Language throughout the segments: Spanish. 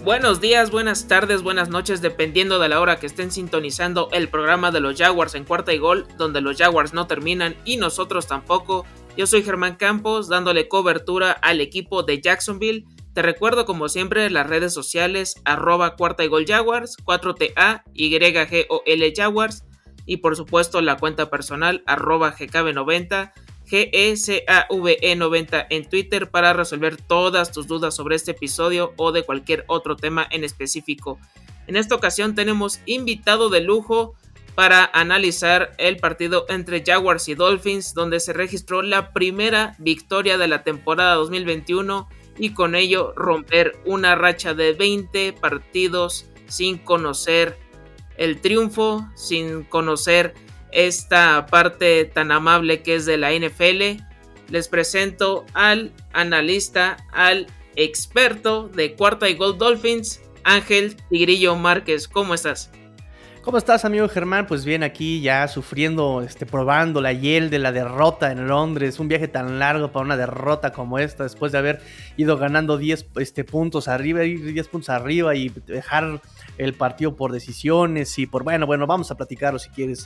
Buenos días, buenas tardes, buenas noches, dependiendo de la hora que estén sintonizando el programa de los Jaguars en cuarta y gol, donde los Jaguars no terminan y nosotros tampoco. Yo soy Germán Campos, dándole cobertura al equipo de Jacksonville. Te recuerdo como siempre las redes sociales, @cuarta y gol Jaguars, 4TA, YGOL Jaguars, y por supuesto la cuenta personal, @GKB90, GECAVE90 en Twitter para resolver todas tus dudas sobre este episodio o de cualquier otro tema en específico. En esta ocasión tenemos invitado de lujo para analizar el partido entre Jaguars y Dolphins, donde se registró la primera victoria de la temporada 2021 y con ello romper una racha de 20 partidos sin conocer el triunfo, sin conocer esta parte tan amable que es de la NFL. Les presento al analista, al experto de cuarta y gol Dolphins, Ángel Tigrillo Márquez. ¿Cómo estás? ¿Cómo estás, amigo Germán? Pues bien, aquí ya sufriendo, probando la hiel de la derrota en Londres. Un viaje tan largo para una derrota como esta, después de haber ido ganando 10 puntos arriba, ir 10 puntos arriba y dejar el partido por decisiones y por... Bueno, vamos a platicarlo si quieres.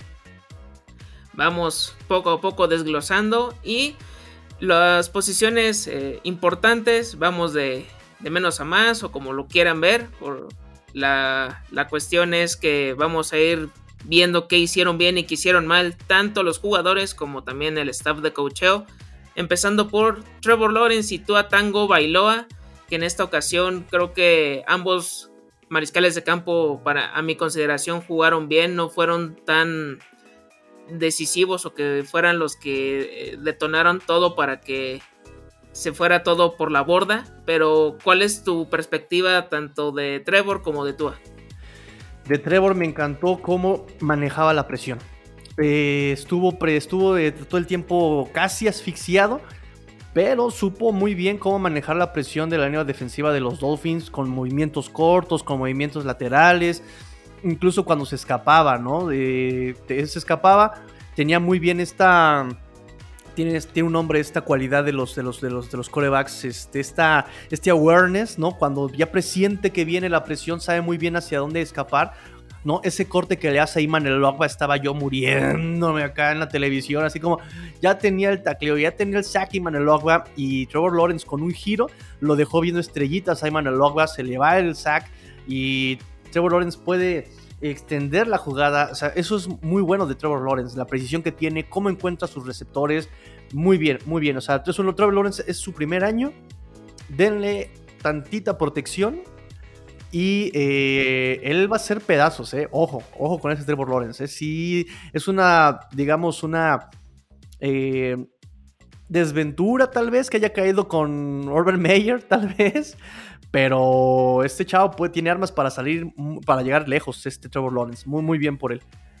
Vamos poco a poco desglosando y las posiciones importantes, vamos de menos a más o como lo quieran ver. La cuestión es que vamos a ir viendo qué hicieron bien y qué hicieron mal, tanto los jugadores como también el staff de coacheo. Empezando por Trevor Lawrence y Tua Tagovailoa, que en esta ocasión creo que ambos mariscales de campo, a mi consideración, jugaron bien, no fueron tan decisivos o que fueran los que detonaron todo para que se fuera todo por la borda. Pero ¿cuál es tu perspectiva tanto de Trevor como de Tua? De Trevor me encantó cómo manejaba la presión. Estuvo todo el tiempo casi asfixiado, pero supo muy bien cómo manejar la presión de la línea defensiva de los Dolphins, con movimientos cortos, con movimientos laterales, incluso cuando se escapaba, ¿no? Tenía muy bien tiene un nombre, esta cualidad de los quarterbacks, este awareness, ¿no? Cuando ya presiente que viene la presión, sabe muy bien hacia dónde escapar, ¿no? Ese corte que le hace a Iman Elogba, estaba yo muriéndome acá en la televisión, así como ya tenía el tacleo, ya tenía el sack Iman Elogba, y Trevor Lawrence con un giro lo dejó viendo estrellitas a Iman Elogba, se le va el sack y Trevor Lawrence puede extender la jugada. O sea, eso es muy bueno de Trevor Lawrence, la precisión que tiene, cómo encuentra sus receptores, muy bien. O sea, Trevor Lawrence es su primer año, denle tantita protección y él va a hacer pedazos, ojo con ese Trevor Lawrence, sí, es una desventura tal vez que haya caído con Urban Meyer, tal vez, pero este chavo tiene armas para llegar lejos, Trevor Lawrence, muy bien por él.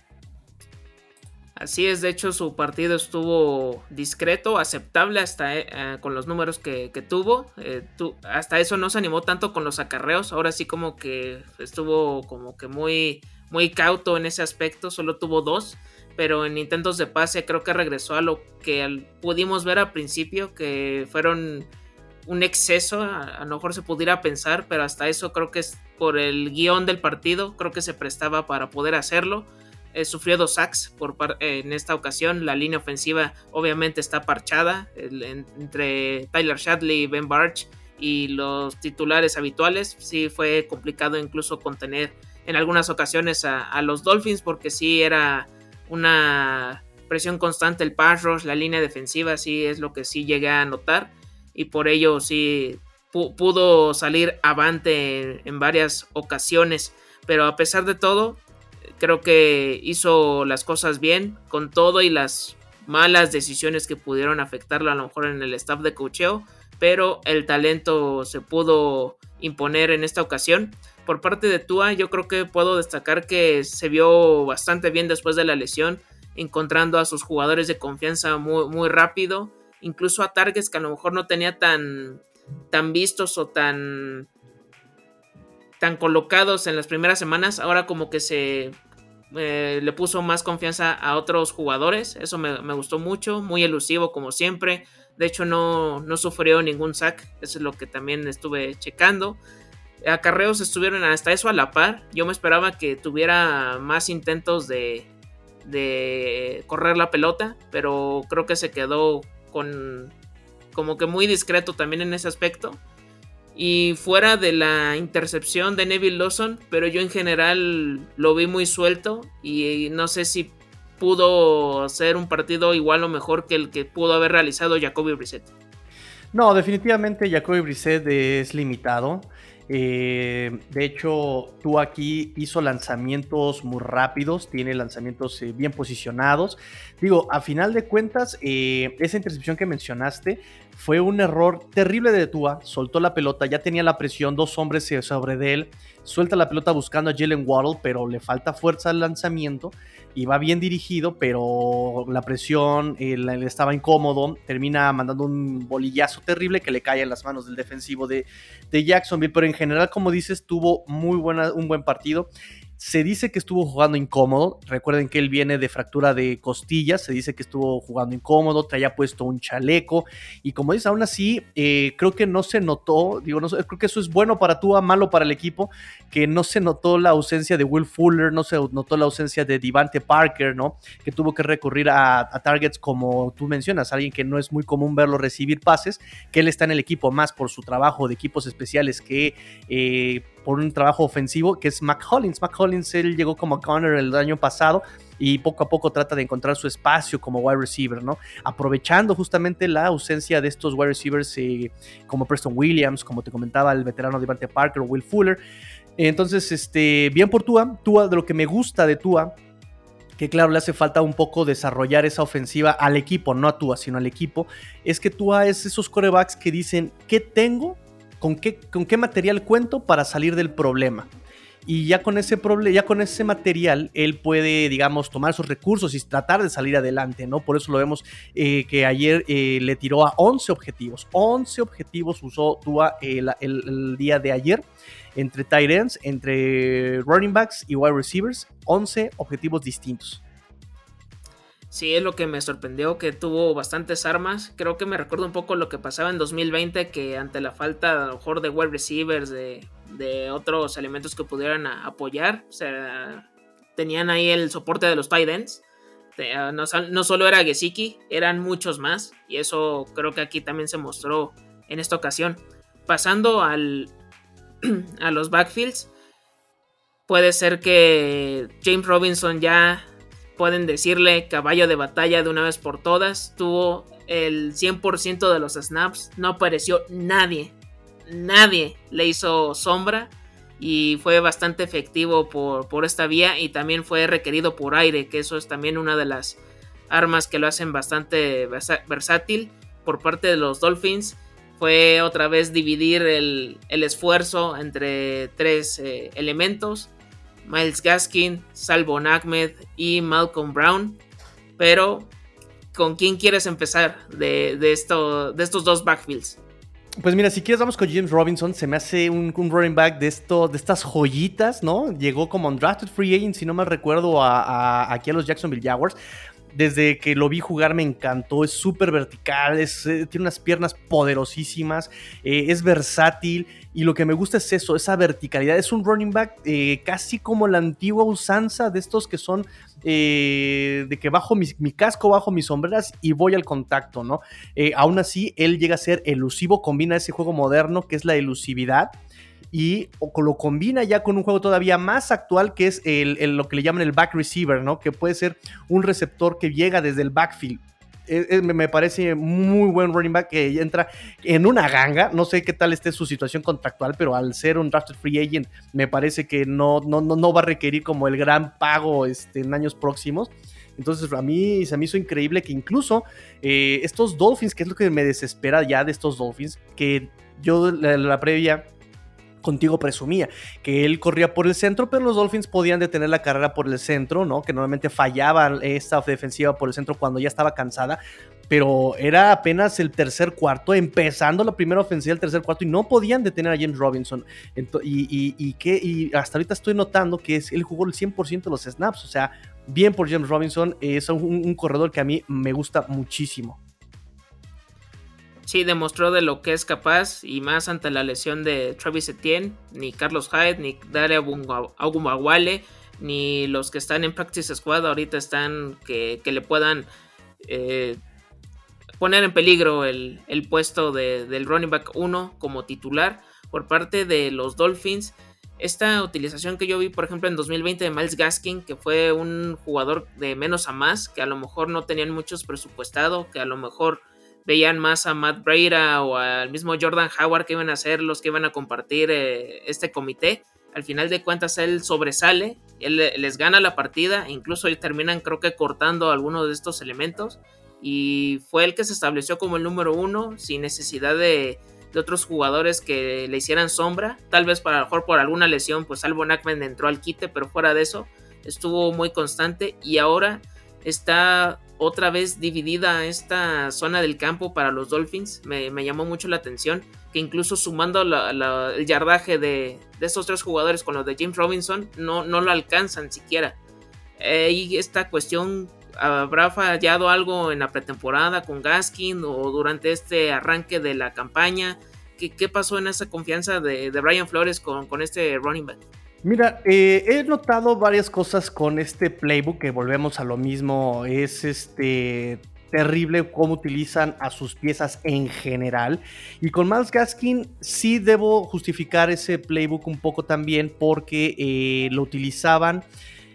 Así es, de hecho su partido estuvo discreto, aceptable hasta con los números que tuvo. Hasta eso no se animó tanto con los acarreos, ahora sí como que estuvo como que muy, muy cauto en ese aspecto, solo tuvo 2. Pero en intentos de pase creo que regresó a lo que pudimos ver al principio, que fueron un exceso, a lo mejor se pudiera pensar, pero hasta eso creo que es por el guión del partido, creo que se prestaba para poder hacerlo. Sufrió 2 sacks en esta ocasión. La línea ofensiva obviamente está parchada entre Tyler Shadley, Ben Barch y los titulares habituales. Sí fue complicado incluso contener en algunas ocasiones a los Dolphins, porque sí era una presión constante el pass rush, la línea defensiva, sí es lo que sí llegué a notar, y por ello sí pudo salir avante en varias ocasiones. Pero a pesar de todo, creo que hizo las cosas bien, con todo y las malas decisiones que pudieron afectarlo a lo mejor en el staff de coacheo, pero el talento se pudo imponer en esta ocasión. Por parte de Tua, yo creo que puedo destacar que se vio bastante bien después de la lesión, encontrando a sus jugadores de confianza muy, muy rápido, incluso a targets que a lo mejor no tenía tan vistos o tan colocados en las primeras semanas. Ahora como que le puso más confianza a otros jugadores. Eso me gustó mucho, muy elusivo como siempre. De hecho no sufrió ningún sack, eso es lo que también estuve checando. acarreos estuvieron hasta eso a la par. Yo me esperaba que tuviera más intentos de correr la pelota, pero creo que se quedó como que muy discreto también en ese aspecto. Y fuera de la intercepción de Neville Lawson, pero yo en general lo vi muy suelto y no sé si pudo ser un partido igual o mejor que el que pudo haber realizado Jacoby Brissett. No, definitivamente Jacoby Brissett es limitado. De hecho, tú aquí hizo lanzamientos muy rápidos, tiene lanzamientos bien posicionados. Digo, a final de cuentas, esa intercepción que mencionaste fue un error terrible de Tua. Soltó la pelota, ya tenía la presión, 2 hombres sobre de él. Suelta la pelota buscando a Jalen Waddle, pero le falta fuerza al lanzamiento. Y va bien dirigido, pero la presión, él estaba incómodo, termina mandando un bolillazo terrible que le cae en las manos del defensivo de Jacksonville, pero en general, como dices, tuvo un buen partido. Se dice que estuvo jugando incómodo. Recuerden que él viene de fractura de costillas. Se dice que estuvo jugando incómodo, traía puesto un chaleco. Y como dices, aún así, creo que no se notó. Digo, no, creo que eso es bueno para Tua, malo para el equipo. Que no se notó la ausencia de Will Fuller, no se notó la ausencia de Devante Parker, ¿no? Que tuvo que recurrir a targets como tú mencionas, alguien que no es muy común verlo recibir pases, que él está en el equipo más por su trabajo de equipos especiales que por un trabajo ofensivo, que es Mack Hollins. Mack Hollins, él llegó como corner el año pasado y poco a poco trata de encontrar su espacio como wide receiver, ¿no? Aprovechando justamente la ausencia de estos wide receivers como Preston Williams, como te comentaba el veterano Devante Parker o Will Fuller. Entonces, bien por Tua, de lo que me gusta de Tua, que claro, le hace falta un poco desarrollar esa ofensiva al equipo, no a Tua, sino al equipo, es que Tua es esos quarterbacks que dicen, ¿qué tengo? ¿Con qué material cuento para salir del problema? Y ya con ese material, él puede, digamos, tomar sus recursos y tratar de salir adelante, ¿no? Por eso lo vemos que ayer le tiró a 11 objetivos. 11 objetivos usó Tua el día de ayer, entre tight ends, entre running backs y wide receivers. 11 objetivos distintos. Sí, es lo que me sorprendió, que tuvo bastantes armas. Creo que me recuerda un poco lo que pasaba en 2020, que ante la falta a lo mejor de wide receivers, de otros elementos que pudieran apoyar, o sea, tenían ahí el soporte de los tight ends. No solo era Gesicki, eran muchos más, y eso creo que aquí también se mostró en esta ocasión. Pasando a los backfields, puede ser que James Robinson ya pueden decirle caballo de batalla de una vez por todas. Tuvo el 100% de los snaps, no apareció nadie le hizo sombra y fue bastante efectivo por esta vía, y también fue requerido por aire, que eso es también una de las armas que lo hacen bastante versátil por parte de los Dolphins. Fue otra vez dividir el esfuerzo entre 3 elementos: Myles Gaskin, Salvon Ahmed y Malcolm Brown. Pero ¿con quién quieres empezar de estos 2 backfields? Pues mira, si quieres vamos con James Robinson. Se me hace un running back de estas joyitas, ¿no? Llegó como undrafted free agent, si no mal recuerdo, aquí a los Jacksonville Jaguars. Desde que lo vi jugar me encantó, es súper vertical, tiene unas piernas poderosísimas, es versátil, y lo que me gusta es eso, esa verticalidad. Es un running back casi como la antigua usanza de estos que son de que bajo mi casco, bajo mis sombreras y voy al contacto, ¿no? Aún así, él llega a ser elusivo, combina ese juego moderno que es la elusividad, y lo combina ya con un juego todavía más actual, que es lo que le llaman el back receiver, ¿no? Que puede ser un receptor que llega desde el backfield. Me parece muy buen running back, que entra en una ganga. No sé qué tal esté su situación contractual, pero al ser un drafted free agent me parece que no va a requerir como el gran pago en años próximos. Entonces a mí se me hizo increíble que incluso estos Dolphins, que es lo que me desespera ya de estos Dolphins, que yo la previa contigo presumía que él corría por el centro, pero los Dolphins podían detener la carrera por el centro, ¿no? Que normalmente fallaba esta defensiva por el centro cuando ya estaba cansada, pero era apenas el tercer cuarto, empezando la primera ofensiva del tercer cuarto, y no podían detener a James Robinson. Y hasta ahorita estoy notando que él jugó el 100% de los snaps, o sea, bien por James Robinson. Es un corredor que a mí me gusta muchísimo. Sí, demostró de lo que es capaz, y más ante la lesión de Travis Etienne. Ni Carlos Hyde, ni Dare Ogunbowale, ni los que están en Practice Squad ahorita están que le puedan eh, poner en peligro el puesto del running back 1 como titular por parte de los Dolphins. Esta utilización que yo vi, por ejemplo, en 2020 de Myles Gaskin, que fue un jugador de menos a más, que a lo mejor no tenían muchos presupuestado, que a lo mejor veían más a Matt Breida o al mismo Jordan Howard, que iban a ser los que iban a compartir este comité. Al final de cuentas él sobresale, él les gana la partida, incluso terminan creo que cortando algunos de estos elementos, y fue el que se estableció como el número 1 sin necesidad de otros jugadores que le hicieran sombra. Tal vez para mejor por alguna lesión pues Alvin Ackman entró al quite, pero fuera de eso estuvo muy constante, y ahora está otra vez dividida esta zona del campo para los Dolphins. Me llamó mucho la atención que incluso sumando el yardaje de estos 3 jugadores con los de James Robinson no lo alcanzan siquiera. Y esta cuestión, ¿habrá fallado algo en la pretemporada con Gaskin o durante este arranque de la campaña? ¿Qué pasó en esa confianza de Brian Flores con este running back? Mira, he notado varias cosas con este playbook, que volvemos a lo mismo, es terrible cómo utilizan a sus piezas en general, y con Myles Gaskin sí debo justificar ese playbook un poco también, porque lo utilizaban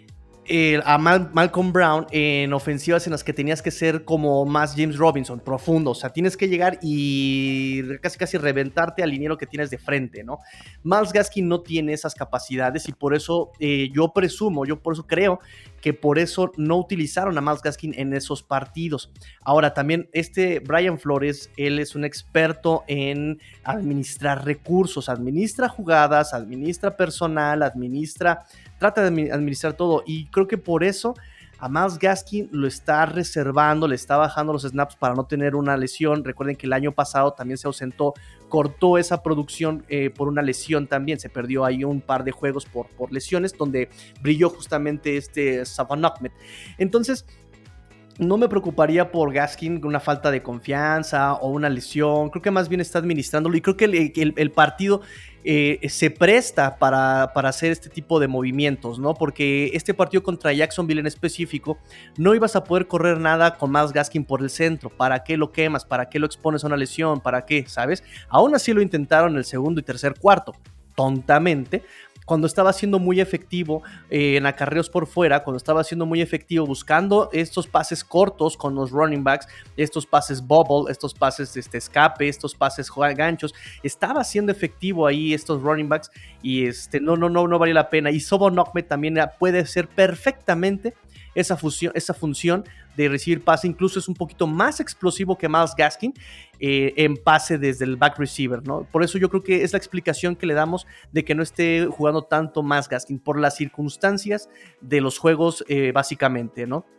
a Malcolm Brown en ofensivas en las que tenías que ser como más James Robinson, profundo, o sea, tienes que llegar y casi reventarte al liniero que tienes de frente, ¿no? Myles Gaskin no tiene esas capacidades, y por eso yo por eso creo que por eso no utilizaron a Myles Gaskin en esos partidos. Ahora, también Brian Flores, él es un experto en administrar recursos, administra jugadas, administra personal, trata de administrar todo, y creo que por eso a Myles Gaskin lo está reservando, le está bajando los snaps para no tener una lesión. Recuerden que el año pasado también se ausentó, cortó esa producción por una lesión también, se perdió ahí un par de juegos por lesiones, donde brilló justamente Salvon Ahmed. Entonces, no me preocuparía por Gaskin una falta de confianza o una lesión. Creo que más bien está administrándolo, y creo que el partido se presta para hacer este tipo de movimientos, ¿no? Porque este partido contra Jacksonville en específico, no ibas a poder correr nada con Myles Gaskin por el centro. ¿Para qué lo quemas? ¿Para qué lo expones a una lesión? ¿Para qué? ¿Sabes? Aún así lo intentaron en el segundo y tercer cuarto, tontamente, cuando estaba siendo muy efectivo en acarreos por fuera, cuando estaba siendo muy efectivo buscando estos pases cortos con los running backs, estos pases bubble, estos pases escape, estos pases ganchos, estaba siendo efectivo ahí estos running backs, y no valía la pena. Y Salvon Ahmed también puede ser perfectamente esa función de recibir pase, incluso es un poquito más explosivo que Myles Gaskin en pase desde el back receiver, ¿no? Por eso yo creo que es la explicación que le damos de que no esté jugando tanto Myles Gaskin, por las circunstancias de los juegos, básicamente, ¿no?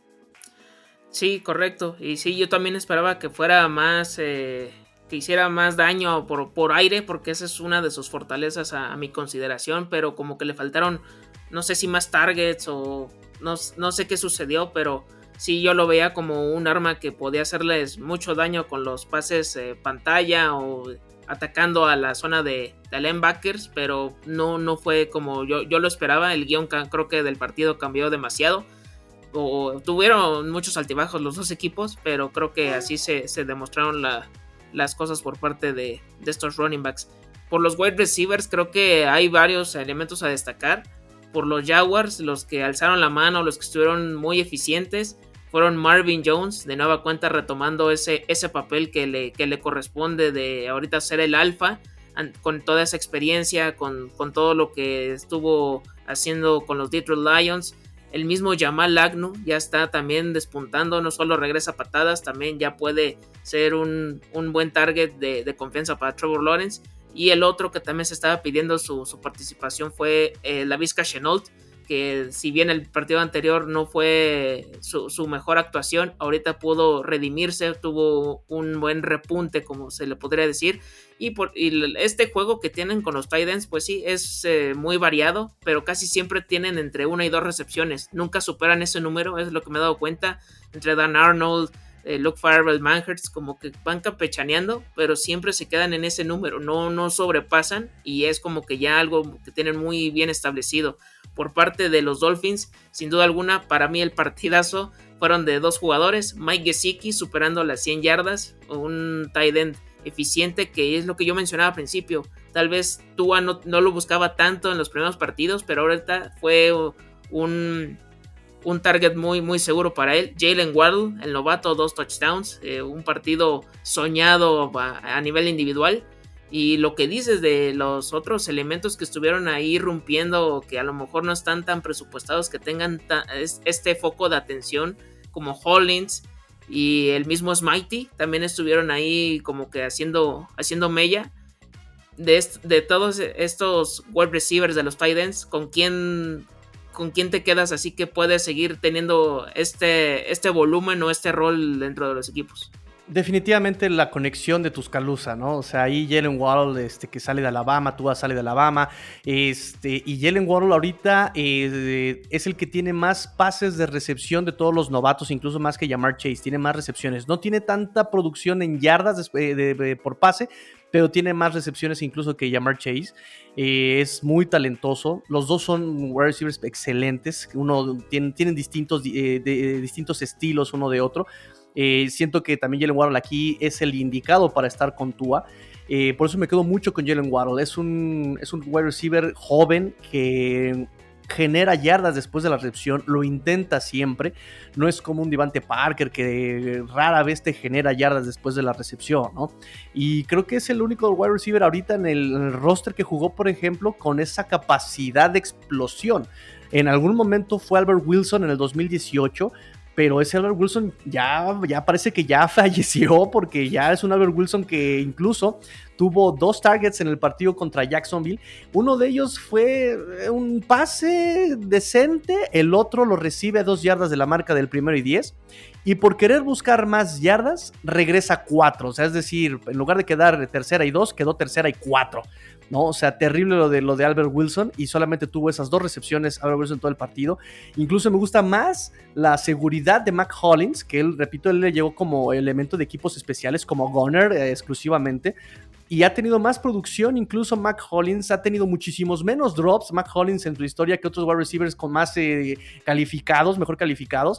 Sí, correcto. Y sí, yo también esperaba que fuera más, que hiciera más daño por aire, porque esa es una de sus fortalezas a mi consideración, pero como que le faltaron, no sé si más targets o no sé qué sucedió, pero sí, yo lo veía como un arma que podía hacerles mucho daño con los pases pantalla o atacando a la zona de linebackers, pero no fue como yo lo esperaba. El guión creo que del partido cambió demasiado, o tuvieron muchos altibajos los dos equipos, pero creo que así se demostraron las cosas por parte de estos running backs. Por los wide receivers creo que hay varios elementos a destacar. Por los Jaguars, los que alzaron la mano, los que estuvieron muy eficientes, fueron Marvin Jones, de nueva cuenta retomando ese papel que le corresponde de ahorita ser el alfa, con toda esa experiencia, con todo lo que estuvo haciendo con los Detroit Lions. El mismo Jamal Agnew ya está también despuntando, no solo regresa a patadas, también ya puede ser un buen target de confianza para Trevor Lawrence. Y el otro que también se estaba pidiendo su participación fue Laviska Shenault, que si bien el partido anterior no fue su mejor actuación, ahorita pudo redimirse, tuvo un buen repunte, como se le podría decir. Y este juego que tienen con los tight ends, pues sí, es muy variado, pero casi siempre tienen entre 1 y 2 recepciones. Nunca superan ese número, es lo que me he dado cuenta, entre Dan Arnold, Luke Farrell, Manhurst, como que van campechaneando, pero siempre se quedan en ese número, no sobrepasan, y es como que ya algo que tienen muy bien establecido. Por parte de los Dolphins, sin duda alguna, para mí el partidazo fueron de dos jugadores, Mike Gesicki superando las 100 yardas, un tight end eficiente, que es lo que yo mencionaba al principio. Tal vez Tua no lo buscaba tanto en los primeros partidos, pero ahorita fue un target muy seguro para él. Jalen Waddle, el novato, 2 touchdowns, un partido soñado a nivel individual. Y lo que dices de los otros elementos que estuvieron ahí rompiendo, que a lo mejor no están tan presupuestados, que tengan este foco de atención, como Hollins y el mismo Smitey, también estuvieron ahí como que haciendo mella. De todos estos wide receivers de los tight ends, ¿con quién te quedas así que puedes seguir teniendo este volumen o este rol dentro de los equipos? Definitivamente la conexión de Tuscaloosa, ¿no? O sea, ahí Jalen Waddle, que sale de Alabama, Tua sale de Alabama, y Jalen Waddle ahorita es el que tiene más pases de recepción de todos los novatos, incluso más que Ja'Marr Chase, tiene más recepciones. No tiene tanta producción en yardas por pase, pero tiene más recepciones incluso que Ja'Marr Chase. Es muy talentoso. Los dos son wide receivers excelentes. Tienen distintos estilos uno de otro. Siento que también Jalen Waddle aquí es el indicado para estar con Tua. Por eso me quedo mucho con Jalen Waddle. Es un wide receiver joven que genera yardas después de la recepción, lo intenta siempre. No es como un Devante Parker que rara vez te genera yardas después de la recepción, ¿no? Y creo que es el único wide receiver ahorita en el roster que jugó, por ejemplo, con esa capacidad de explosión. En algún momento fue Albert Wilson en el 2018, pero ese Albert Wilson ya parece que ya falleció, porque ya es un Albert Wilson que incluso tuvo 2 targets en el partido contra Jacksonville. Uno de ellos fue un pase decente, el otro lo recibe a 2 yardas de la marca del 1st y 10, y por querer buscar más yardas, regresa 4, o sea, es decir, en lugar de quedar 3rd y 2, quedó 3rd y 4, ¿no? O sea, terrible lo de Albert Wilson, y solamente tuvo esas 2 recepciones Albert Wilson en todo el partido. Incluso me gusta más la seguridad de Mack Hollins, que él le llegó como elemento de equipos especiales, como gunner exclusivamente, y ha tenido más producción. Incluso Mack Hollins ha tenido muchísimos menos drops, Mack Hollins, en su historia, que otros wide receivers con más mejor calificados.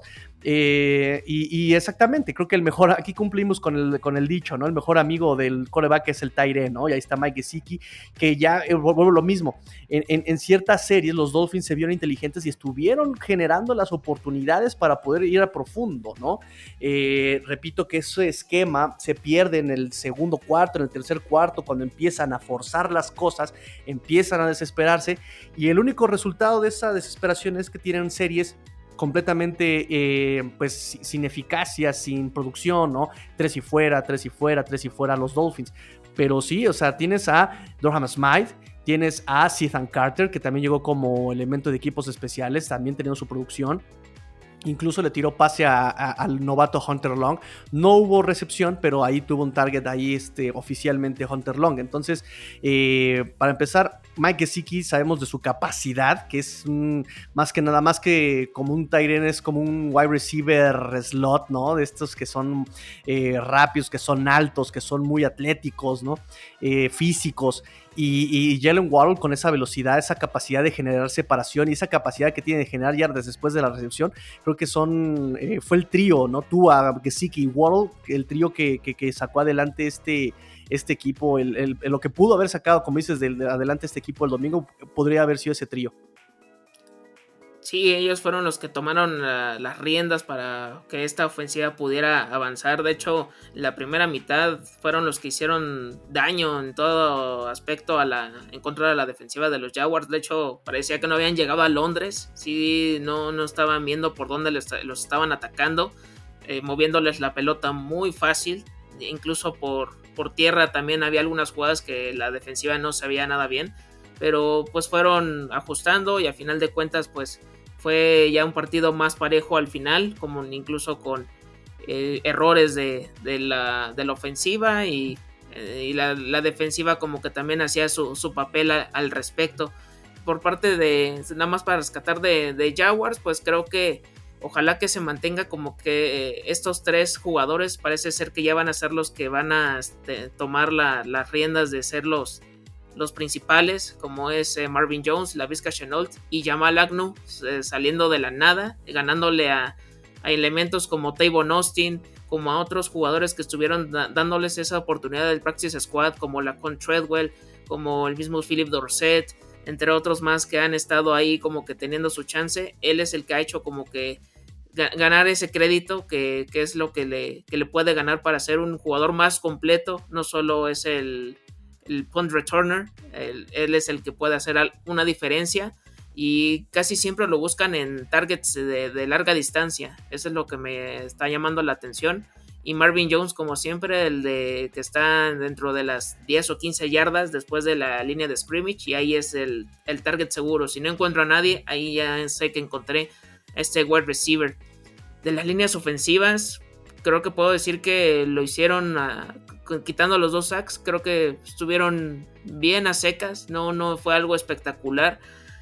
Y exactamente, creo que el mejor, aquí cumplimos con el dicho, ¿no? El mejor amigo del quarterback es el tight end, ¿no? Y ahí está Mike Gesicki, que ya vuelvo lo mismo. En ciertas series los Dolphins se vieron inteligentes y estuvieron generando las oportunidades para poder ir a profundo, ¿no? Repito que ese esquema se pierde en el segundo cuarto, en el tercer cuarto, cuando empiezan a forzar las cosas, empiezan a desesperarse, y el único resultado de esa desesperación es que tienen series completamente pues sin eficacia, sin producción, ¿no? 3 y fuera los Dolphins. Pero sí, o sea, tienes a Durham Smythe, tienes a Ethan Carter, que también llegó como elemento de equipos especiales, también teniendo su producción. Incluso le tiró pase al novato Hunter Long. No hubo recepción, pero ahí tuvo un target ahí oficialmente Hunter Long. Entonces, para empezar, Mike Gesicki, sabemos de su capacidad, que es más que como un tight end, es como un wide receiver slot, ¿no? De estos que son rápidos, que son altos, que son muy atléticos, ¿no? Físicos. Y Jalen Waddle, con esa velocidad, esa capacidad de generar separación y esa capacidad que tiene de generar yardas después de la recepción, creo que fue el trío, ¿no? Tua, Gesicki y Waddle, el trío que sacó adelante este equipo, lo que pudo haber sacado, como dices, adelante este equipo el domingo, podría haber sido ese trío. Sí, ellos fueron los que tomaron las riendas para que esta ofensiva pudiera avanzar. De hecho, la primera mitad fueron los que hicieron daño en todo aspecto en contra de la defensiva de los Jaguars. De hecho, parecía que no habían llegado a Londres. Sí, no estaban viendo por dónde los estaban atacando, moviéndoles la pelota muy fácil. Incluso por tierra también había algunas jugadas que la defensiva no sabía nada bien. Pero pues fueron ajustando, y a final de cuentas pues fue ya un partido más parejo al final, como incluso con errores de la ofensiva, y la defensiva como que también hacía su papel al respecto. Por parte de, nada más para rescatar de Jaguars, pues creo que Ojalá que se mantenga como que estos 3 jugadores parece ser que ya van a ser los que van a tomar las riendas de ser los principales, como es Marvin Jones, Laviska Shenault y Jamal Agnew, saliendo de la nada, ganándole a elementos como Tavon Austin, como a otros jugadores que estuvieron dándoles esa oportunidad del Practice Squad, como Laquan Treadwell, como el mismo Philip Dorsett, entre otros más que han estado ahí como que teniendo su chance. Él es el que ha hecho como que ganar ese crédito, que es lo que le puede ganar para ser un jugador más completo. No solo es el punt returner, él es el que puede hacer una diferencia, y casi siempre lo buscan en targets de larga distancia. Eso es lo que me está llamando la atención. Y Marvin Jones, como siempre, el de que está dentro de las 10 o 15 yardas después de la línea de scrimmage, y ahí es el target seguro. Si no encuentro a nadie, ahí ya sé que encontré a este wide receiver. De las líneas ofensivas, creo que puedo decir que lo hicieron quitando los 2 sacks. Creo que estuvieron bien a secas, no fue algo espectacular.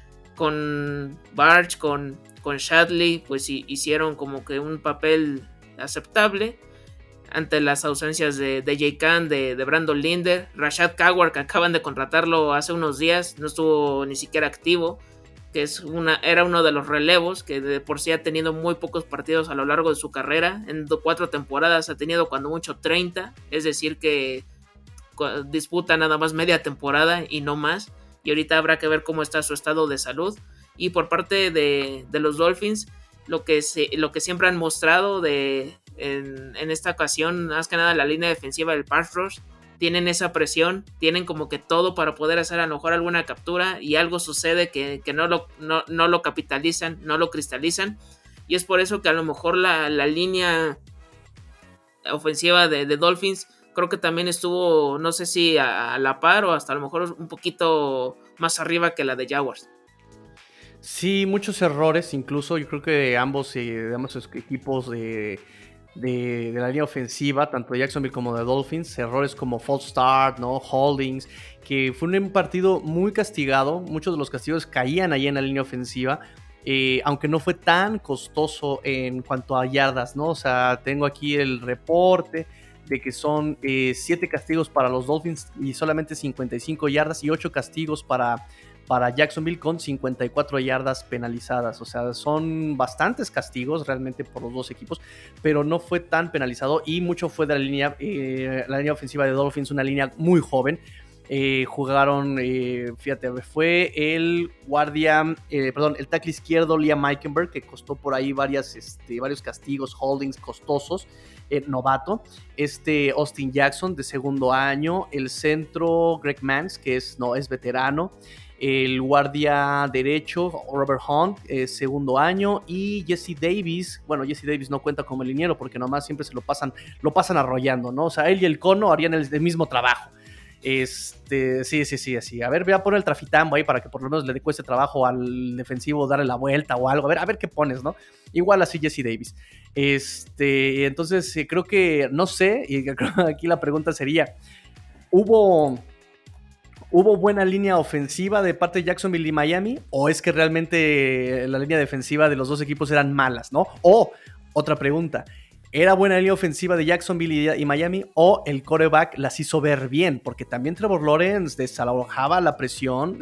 Con Barge, con Shadley, pues hicieron como que un papel aceptable ante las ausencias de Jay Khan, de Brandon Linder. Rashad Coward, que acaban de contratarlo hace unos días, no estuvo ni siquiera activo, que era uno de los relevos, que de por sí ha tenido muy pocos partidos a lo largo de su carrera. En 4 temporadas ha tenido cuando mucho 30, es decir que disputa nada más media temporada y no más, y ahorita habrá que ver cómo está su estado de salud. Y por parte de los Dolphins, lo que siempre han mostrado en esta ocasión, más que nada la línea defensiva del pass rush, tienen esa presión, tienen como que todo para poder hacer a lo mejor alguna captura, y algo sucede que no lo capitalizan, no lo cristalizan, y es por eso que a lo mejor la línea ofensiva de Dolphins creo que también estuvo, no sé si a la par o hasta a lo mejor un poquito más arriba que la de Jaguars. Sí, muchos errores, incluso yo creo que de ambos equipos de la línea ofensiva, tanto de Jacksonville como de Dolphins, errores como false start, ¿no? Holdings, que fue un partido muy castigado. Muchos de los castigos caían ahí en la línea ofensiva, aunque no fue tan costoso en cuanto a yardas, ¿no? O sea, tengo aquí el reporte de que son 7 castigos para los Dolphins y solamente 55 yardas, y 8 castigos para Jacksonville con 54 yardas penalizadas. O sea, son bastantes castigos realmente por los dos equipos, pero no fue tan penalizado, y mucho fue de la línea ofensiva de Dolphins, una línea muy joven. Jugaron, fíjate, fue el el tackle izquierdo Liam Eichenberg, que costó por ahí varios castigos, holdings costosos, novato. Austin Jackson, de segundo año. El centro Greg Mans, que es veterano. El guardia derecho Robert Hunt, segundo año. Y Jesse Davis no cuenta como el liniero porque nomás siempre se lo pasan arrollando, ¿no? O sea, él y el cono harían el mismo trabajo. Sí, así. A ver, voy a poner el trafitambo ahí para que por lo menos le cueste trabajo al defensivo darle la vuelta o algo. A ver qué pones, ¿no? Igual así Jesse Davis. Entonces creo que, no sé, y aquí la pregunta sería, ¿hubo buena línea ofensiva de parte de Jacksonville y Miami? ¿O es que realmente la línea defensiva de los dos equipos eran malas, ¿no? O, otra pregunta, ¿era buena línea ofensiva de Jacksonville y Miami, o el quarterback las hizo ver bien? Porque también Trevor Lawrence desahogaba la presión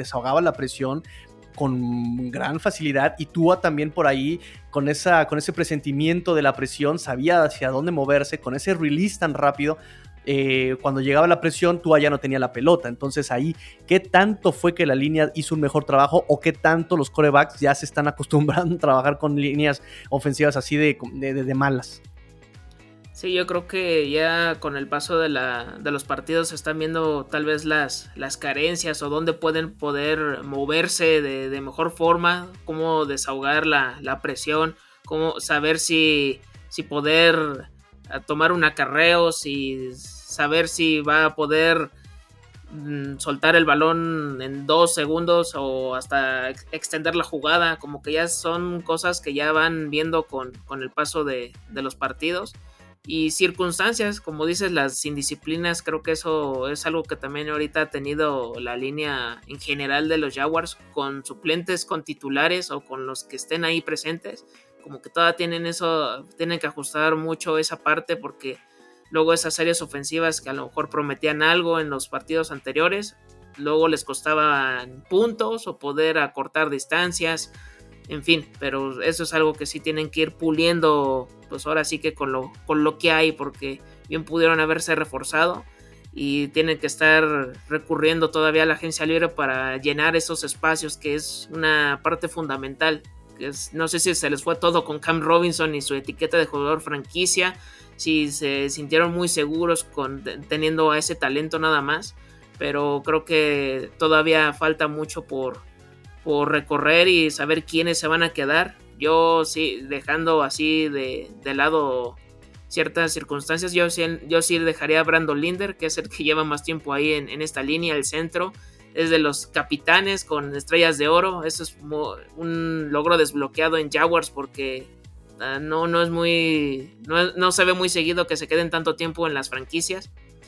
con gran facilidad, y Tua también por ahí con ese presentimiento de la presión sabía hacia dónde moverse, con ese release tan rápido. Cuando llegaba la presión, Tua ya no tenía la pelota. Entonces ahí, ¿qué tanto fue que la línea hizo un mejor trabajo, o qué tanto los quarterbacks ya se están acostumbrando a trabajar con líneas ofensivas así de malas? Sí, yo creo que ya con el paso de los partidos se están viendo tal vez las carencias, o dónde pueden poder moverse de mejor forma, cómo desahogar la presión, cómo saber si poder tomar un acarreo, si saber si va a poder soltar el balón en 2 segundos o hasta extender la jugada. Como que ya son cosas que ya van viendo con el paso de los partidos. Y circunstancias, como dices, las indisciplinas, creo que eso es algo que también ahorita ha tenido la línea en general de los Jaguars, con suplentes, con titulares o con los que estén ahí presentes. como que todavía tienen eso, tienen que ajustar mucho esa parte, porque luego esas áreas ofensivas que a lo mejor prometían algo en los partidos anteriores, luego les costaban puntos o poder acortar distancias, en fin, pero eso es algo que sí tienen que ir puliendo, pues ahora sí que con lo que hay, porque bien pudieron haberse reforzado y tienen que estar recurriendo todavía a la agencia libre para llenar esos espacios, que es una parte fundamental. No sé si se les fue todo con Cam Robinson y su etiqueta de jugador franquicia, si se sintieron muy seguros teniendo a ese talento nada más, pero creo que todavía falta mucho por recorrer y saber quiénes se van a quedar. Yo sí, dejando así de lado ciertas circunstancias, yo sí dejaría a Brandon Linder, que es el que lleva más tiempo ahí en esta línea, el centro. Es de los capitanes con estrellas de oro. Eso es un logro desbloqueado en Jaguars, porque no es muy, no se ve muy seguido que se queden tanto tiempo en las franquicias.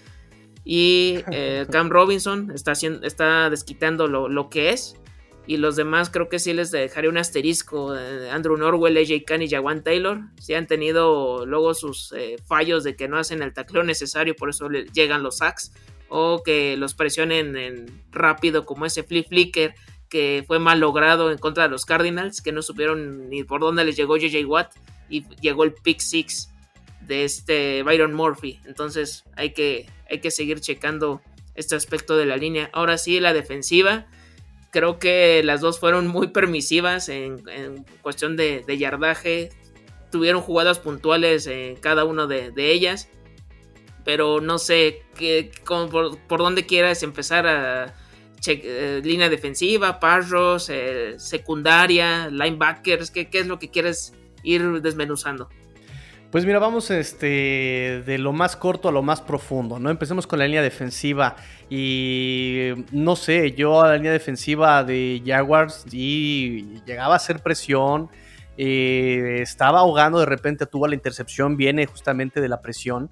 Y Cam Robinson está desquitando lo que es. Y los demás creo que sí les dejaré un asterisco. Andrew Norwell, AJ Cann y Jawan Taylor sí han tenido luego sus fallos de que no hacen el tacleo necesario, por eso llegan los sacks, o que los presionen rápido, como ese flip flicker que fue mal logrado en contra de los Cardinals, que no supieron ni por dónde les llegó JJ Watt y llegó el pick six de Byron Murphy. Entonces hay que seguir checando este aspecto de la línea. Ahora sí, la defensiva, creo que las dos fueron muy permisivas en cuestión de yardaje. Tuvieron jugadas puntuales en cada una de ellas, pero no sé por dónde quieras empezar a línea defensiva, pass rush, secundaria, linebackers. ¿Qué es lo que quieres ir desmenuzando? Pues mira, vamos de lo más corto a lo más profundo, ¿no? Empecemos con la línea defensiva y no sé, yo a la línea defensiva de Jaguars y llegaba a hacer presión, estaba ahogando, de repente tuvo la intercepción, viene justamente de la presión,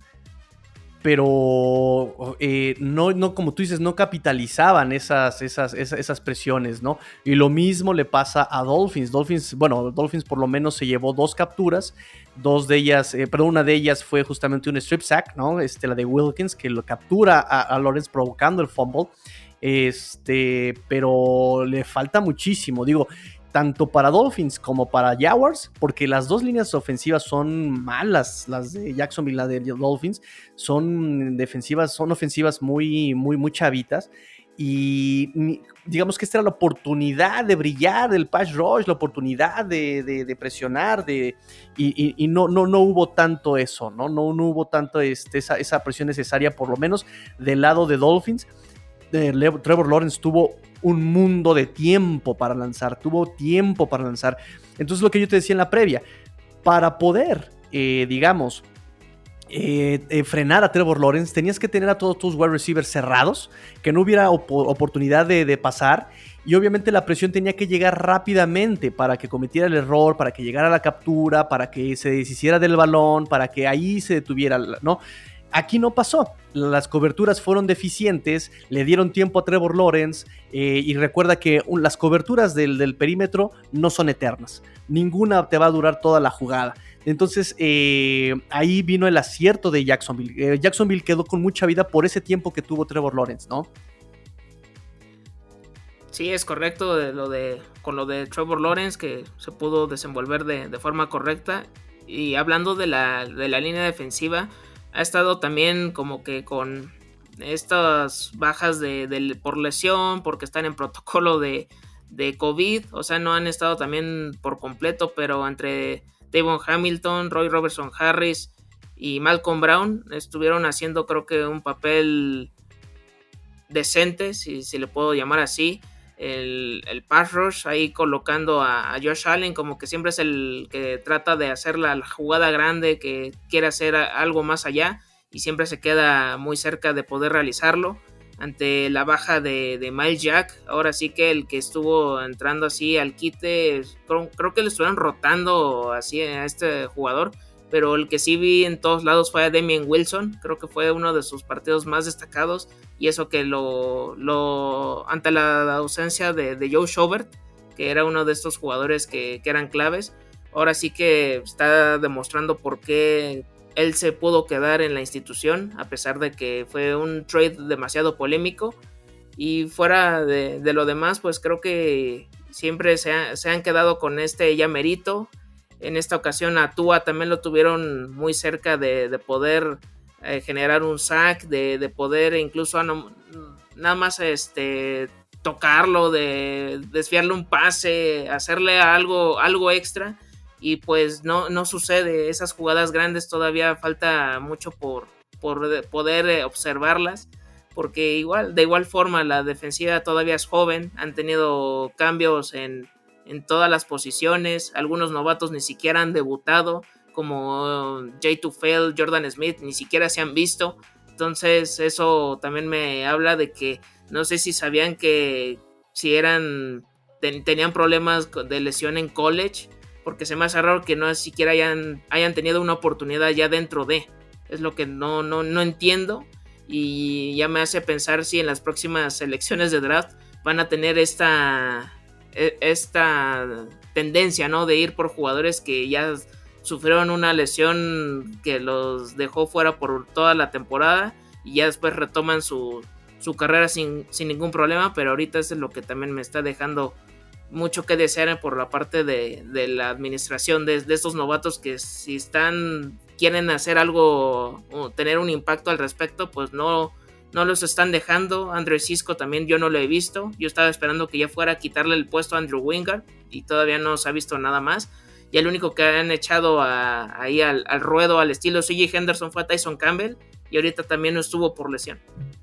pero no, como tú dices, no capitalizaban esas presiones, ¿no? Y lo mismo le pasa a Dolphins. Dolphins por lo menos se llevó 2 capturas, una de ellas fue justamente un strip sack, ¿no? La de Wilkins, que lo captura a Lawrence provocando el fumble, pero le falta muchísimo, digo, tanto para Dolphins como para Jaguars, porque las dos líneas ofensivas son malas, las de Jacksonville y la de Dolphins, son ofensivas muy, muy, muy chavitas, y digamos que esta era la oportunidad de brillar del pass rush, la oportunidad de presionar, y no hubo tanto eso, no hubo tanto esa presión necesaria, por lo menos del lado de Dolphins. Trevor Lawrence tuvo un mundo de tiempo para lanzar, Entonces, lo que yo te decía en la previa, para poder, frenar a Trevor Lawrence, tenías que tener a todos tus wide receivers cerrados, que no hubiera oportunidad de pasar, y obviamente la presión tenía que llegar rápidamente para que cometiera el error, para que llegara a la captura, para que se deshiciera del balón, para que ahí se detuviera, ¿no? Aquí no pasó, las coberturas fueron deficientes, le dieron tiempo a Trevor Lawrence, y recuerda que las coberturas del perímetro no son eternas, ninguna te va a durar toda la jugada. Entonces ahí vino el acierto de Jacksonville. Jacksonville quedó con mucha vida por ese tiempo que tuvo Trevor Lawrence, ¿no? Sí, es correcto con lo de Trevor Lawrence, que se pudo desenvolver de forma correcta. Y hablando de la línea defensiva, ha estado también como que con estas bajas por lesión, porque están en protocolo de COVID, o sea, no han estado también por completo, pero entre Davon Hamilton, Roy Robertson Harris y Malcolm Brown estuvieron haciendo, creo que, un papel decente, si le puedo llamar así. El pass rush, ahí colocando a Josh Allen como que siempre es el que trata de hacer la jugada grande, que quiere hacer algo más allá y siempre se queda muy cerca de poder realizarlo. Ante la baja de Miles Jack, ahora sí que el que estuvo entrando así al quite, creo que le estuvieron rotando así a este jugador, pero el que sí vi en todos lados fue a Damien Wilson. Creo que fue uno de sus partidos más destacados, y eso que ante la ausencia de Joe Schobert, que era uno de estos jugadores que eran claves. ahora sí que está demostrando por qué él se pudo quedar en la institución, a pesar de que fue un trade demasiado polémico. Y fuera de lo demás, pues creo que siempre se han quedado con este ya merito. En esta ocasión a Tua también lo tuvieron muy cerca de poder generar un sack, de poder incluso nada más tocarlo, de desviarle un pase, hacerle algo extra. Y pues no sucede. Esas jugadas grandes todavía falta mucho por poder observarlas, porque de igual forma la defensiva todavía es joven, han tenido cambios en todas las posiciones, algunos novatos ni siquiera han debutado, como Jay Tufel, Jordan Smith, ni siquiera se han visto. Entonces eso también me habla de que no sé si sabían que si tenían problemas de lesión en college, porque se me hace raro que no siquiera hayan tenido una oportunidad ya dentro de. Es lo que no entiendo, y ya me hace pensar si en las próximas elecciones de draft van a tener esta tendencia, ¿no? De ir por jugadores que ya sufrieron una lesión que los dejó fuera por toda la temporada y ya después retoman su carrera sin ningún problema, pero ahorita eso es lo que también me está dejando mucho que desear por la parte de la administración de estos novatos, que si quieren hacer algo o tener un impacto al respecto, pues no los están dejando. Andrew Cisco también yo no lo he visto. Yo estaba esperando que ya fuera a quitarle el puesto a Andrew Wingard y todavía no se ha visto nada más. Y el único que han echado ahí al ruedo al estilo C.J. Henderson fue a Tyson Campbell, y ahorita también no estuvo por lesión.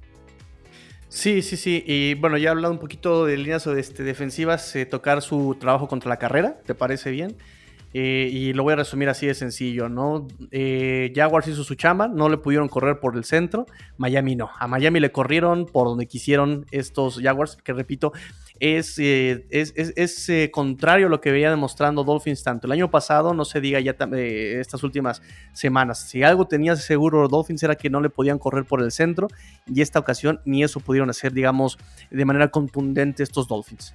Sí. Y bueno, ya hablando un poquito de líneas defensivas, tocar su trabajo contra la carrera, ¿te parece bien? Y lo voy a resumir así de sencillo, ¿no? Jaguars hizo su chamba, no le pudieron correr por el centro, Miami no. A Miami le corrieron por donde quisieron estos Jaguars, que repito, es contrario a lo que venía demostrando Dolphins tanto el año pasado, no se diga ya estas últimas semanas. Si algo tenía seguro Dolphins era que no le podían correr por el centro, y esta ocasión ni eso pudieron hacer, digamos, de manera contundente estos Dolphins.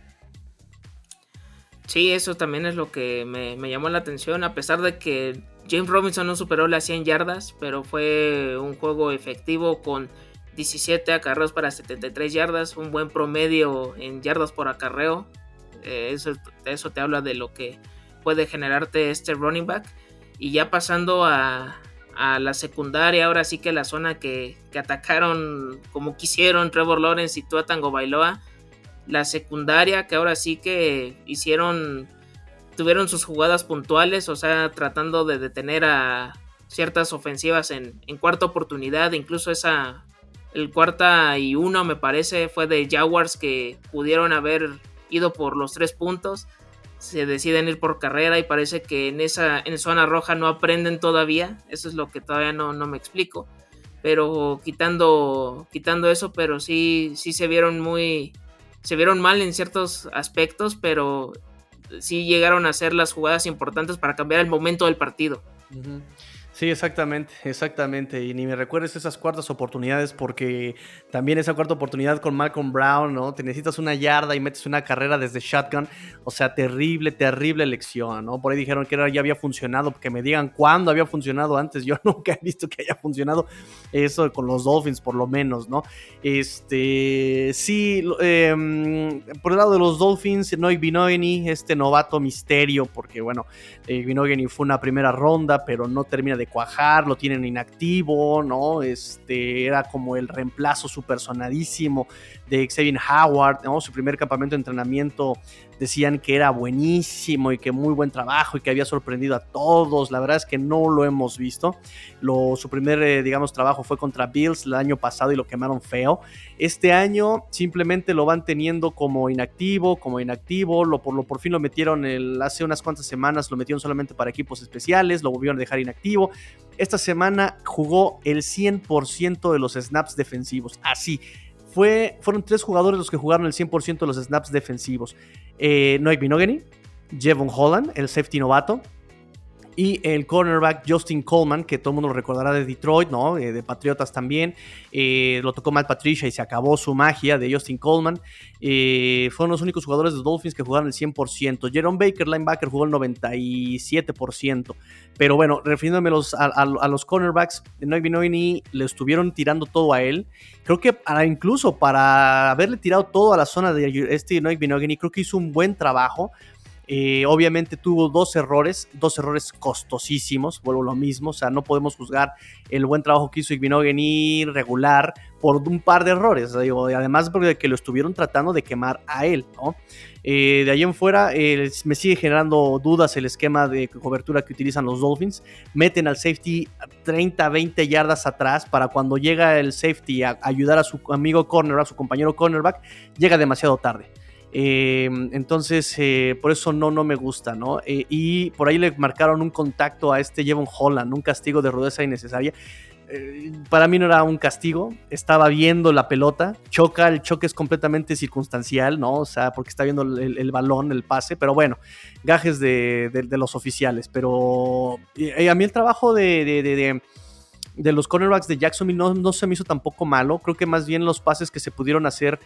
Sí, eso también es lo que me llamó la atención, a pesar de que James Robinson no superó las 100 yardas, pero fue un juego efectivo con 17 acarreos para 73 yardas, un buen promedio en yardas por acarreo. Eso te habla de lo que puede generarte este running back. Y ya pasando a la secundaria, ahora sí que la zona que atacaron como quisieron Trevor Lawrence y Tua Tagovailoa. La secundaria, que ahora sí que tuvieron sus jugadas puntuales, o sea, tratando de detener a ciertas ofensivas en cuarta oportunidad. Incluso el 4th-1 me parece fue de Jaguars, que pudieron haber ido por los 3 puntos, se deciden ir por carrera y parece que en zona roja no aprenden todavía. Eso es lo que todavía no me explico, pero quitando eso, pero sí se vieron mal en ciertos aspectos, pero sí llegaron a hacer las jugadas importantes para cambiar el momento del partido. Uh-huh. Sí, exactamente. Y ni me recuerdes esas cuartas oportunidades, porque también esa cuarta oportunidad con Malcolm Brown, ¿no? Te necesitas una yarda y metes una carrera desde shotgun. O sea, terrible elección, ¿no? Por ahí dijeron que ya había funcionado, que me digan cuándo había funcionado antes. Yo nunca he visto que haya funcionado eso con los Dolphins, por lo menos, ¿no? Sí, por el lado de los Dolphins, Noah Igbinoghene, novato misterio, porque bueno, Igbinoghene fue una primera ronda, pero no termina de cuajar, lo tienen inactivo, ¿no? Era como el reemplazo súper sonadísimo de Xavier Howard, ¿no? Su primer campamento de entrenamiento decían que era buenísimo y que muy buen trabajo y que había sorprendido a todos. La verdad es que no lo hemos visto. Su primer, digamos, trabajo fue contra Bills el año pasado y lo quemaron feo. Este año simplemente lo van teniendo como inactivo. Por fin lo metieron hace unas cuantas semanas, lo metieron solamente para equipos especiales, lo volvieron a dejar inactivo. Esta semana jugó el 100% de los snaps defensivos. Así. Fueron 3 jugadores los que jugaron el 100% de los snaps defensivos. Noah Igbinoghene, Jevon Holland, el safety novato, Y el cornerback Justin Coleman, que todo el mundo lo recordará de Detroit, ¿no? De Patriotas también. Lo tocó Matt Patricia y se acabó su magia de Justin Coleman. Fueron los únicos jugadores de Dolphins que jugaron el 100%. Jerome Baker, linebacker, jugó el 97%. Pero bueno, refiriéndome a los cornerbacks, Noah Igbinoghene le estuvieron tirando todo a él. Creo que incluso para haberle tirado todo a la zona de Noah Igbinoghene, creo que hizo un buen trabajo. Obviamente tuvo dos errores costosísimos, vuelvo a lo mismo, o sea, no podemos juzgar el buen trabajo que hizo Igbinoghene regular por un par de errores, digo, y además porque que lo estuvieron tratando de quemar a él, ¿no? De ahí en fuera me sigue generando dudas el esquema de cobertura que utilizan los Dolphins. Meten al safety 30-20 yardas atrás para cuando llega el safety a ayudar a su amigo cornerback, a su compañero cornerback, llega demasiado tarde. Entonces por eso no me gusta, ¿no? Y por ahí le marcaron un contacto a Jevon Holland, un castigo de rudeza innecesaria. Para mí no era un castigo, estaba viendo la pelota, el choque es completamente circunstancial, ¿no? O sea, porque está viendo el balón, el pase, pero bueno, gajes de los oficiales. Pero a mí el trabajo de los cornerbacks de Jacksonville no se me hizo tampoco malo. Creo que más bien los pases que se pudieron hacer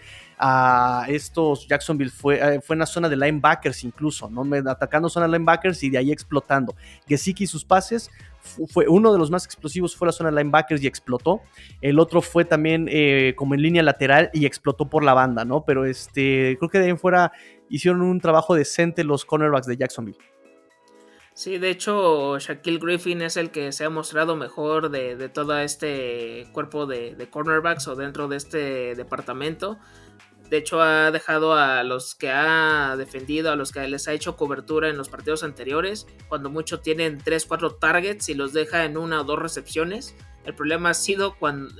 a estos Jacksonville fue en la zona de linebackers incluso, ¿no? Atacando zona de linebackers y de ahí explotando. Gesicki, sus pases, fue uno de los más explosivos, fue la zona de linebackers y explotó. El otro fue también como en línea lateral y explotó por la banda, ¿no? Pero creo que de ahí en fuera hicieron un trabajo decente los cornerbacks de Jacksonville. Sí, de hecho, Shaquill Griffin es el que se ha mostrado mejor de todo este cuerpo de cornerbacks o dentro de este departamento. De hecho, ha dejado a los que ha defendido, a los que les ha hecho cobertura en los partidos anteriores, cuando mucho tienen 3-4 targets y los deja en 1 o 2 recepciones. El problema ha sido cuando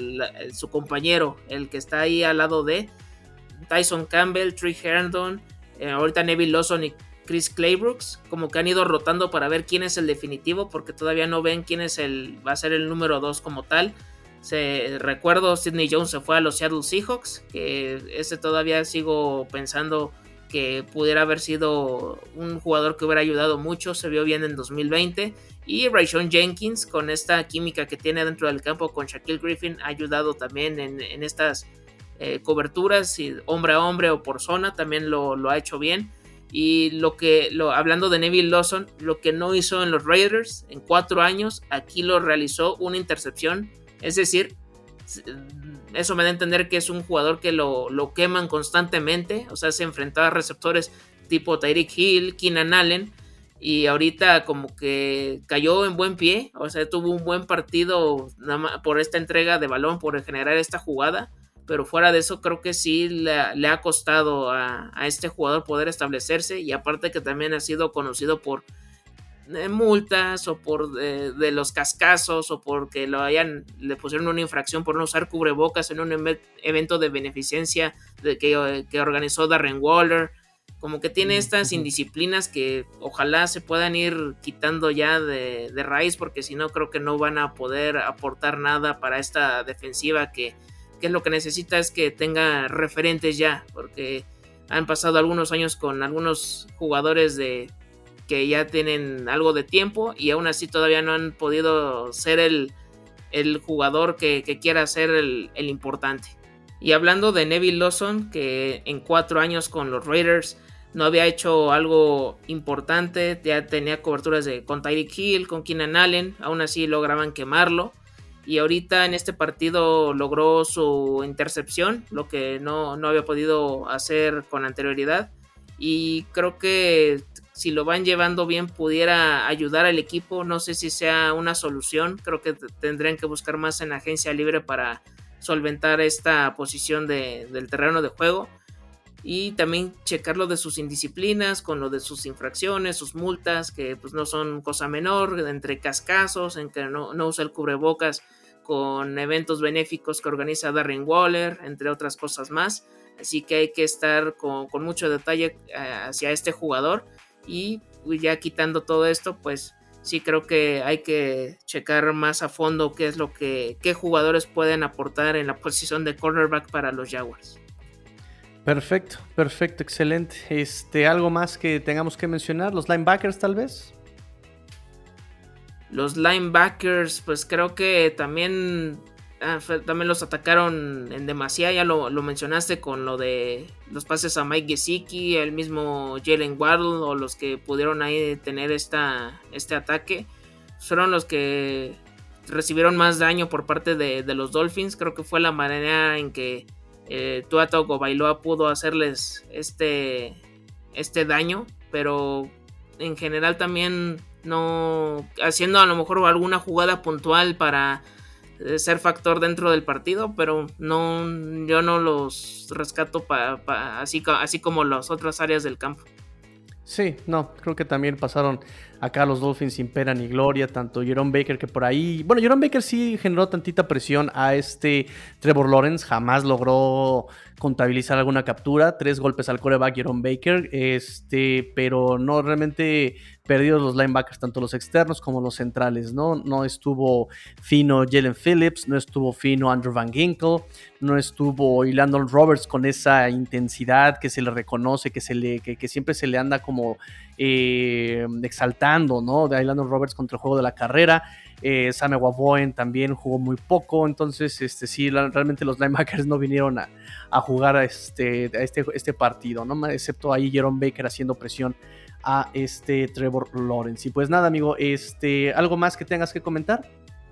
su compañero, el que está ahí al lado de Tyson Campbell, Trey Herndon, ahorita Neville Lawson y Chris Claybrooks, como que han ido rotando para ver quién es el definitivo, porque todavía no ven quién va a ser el número 2 como tal. Recuerdo Sidney Jones se fue a los Seattle Seahawks, que ese todavía sigo pensando que pudiera haber sido un jugador que hubiera ayudado mucho, se vio bien en 2020. Y Rayshawn Jenkins, con esta química que tiene dentro del campo con Shaquill Griffin, ha ayudado también en estas coberturas, hombre a hombre o por zona, también lo ha hecho bien. Y hablando de Neville Lawson, lo que no hizo en los Raiders en 4 años, aquí lo realizó una intercepción. Es decir, eso me da a entender que es un jugador que lo queman constantemente. O sea, se enfrentaba a receptores tipo Tyreek Hill, Keenan Allen, y ahorita como que cayó en buen pie. O sea, tuvo un buen partido nada más por esta entrega de balón, por generar esta jugada. Pero fuera de eso creo que sí le ha costado a este jugador poder establecerse, y aparte que también ha sido conocido por multas o por de los cascazos o porque le pusieron una infracción por no usar cubrebocas en un evento de beneficencia que organizó Darren Waller. Como que tiene estas indisciplinas que ojalá se puedan ir quitando ya de raíz, porque si no creo que no van a poder aportar nada para esta defensiva que es lo que necesita, es que tenga referentes ya, porque han pasado algunos años con algunos jugadores que ya tienen algo de tiempo y aún así todavía no han podido ser el jugador que quiera ser el importante. Y hablando de Neville Lawson, que en 4 años con los Raiders no había hecho algo importante, ya tenía coberturas con Tyreek Hill, con Keenan Allen, aún así lograban quemarlo. Y ahorita en este partido logró su intercepción, lo que no había podido hacer con anterioridad. Y creo que si lo van llevando bien pudiera ayudar al equipo. No sé si sea una solución. Creo que tendrían que buscar más en agencia libre para solventar esta posición del terreno de juego. Y también checar lo de sus indisciplinas, con lo de sus infracciones, sus multas, que pues no son cosa menor, entre cascazos, en que no usa el cubrebocas, con eventos benéficos que organiza Darren Waller, entre otras cosas más. Así que hay que estar con mucho detalle hacia este jugador. Y ya quitando todo esto, pues sí creo que hay que checar más a fondo qué jugadores pueden aportar en la posición de cornerback para los Jaguars. Perfecto, excelente. ¿Algo más que tengamos que mencionar? ¿Los linebackers tal vez? Los linebackers, pues creo que también los atacaron en demasía. Ya lo mencionaste con lo de los pases a Mike Gesicki, el mismo Jalen Waddle, o los que pudieron ahí tener este ataque. Fueron los que recibieron más daño por parte de los Dolphins. Creo que fue la manera en que Tua Tagovailoa pudo hacerles este daño, pero en general también no haciendo a lo mejor alguna jugada puntual para ser factor dentro del partido, pero no, yo no los rescato así como las otras áreas del campo. Sí, no, creo que también pasaron acá los Dolphins sin pena ni gloria, tanto Jerome Baker que por ahí, bueno, Jerome Baker sí generó tantita presión a Trevor Lawrence, jamás logró contabilizar alguna captura, 3 golpes al quarterback Jerome Baker, pero no, realmente perdidos los linebackers, tanto los externos como los centrales, no estuvo fino Jalen Phillips, no estuvo fino Andrew Van Ginkel, no estuvo Landon Roberts con esa intensidad que se le reconoce, que siempre se le anda como exaltando, ¿no? De Landon Roberts contra el juego de la carrera. Sam Ewaboen también jugó muy poco, entonces sí, realmente los linebackers no vinieron a jugar a este partido, ¿no? Excepto ahí Jerome Baker haciendo presión a Trevor Lawrence. Y pues nada, amigo, ¿algo más que tengas que comentar?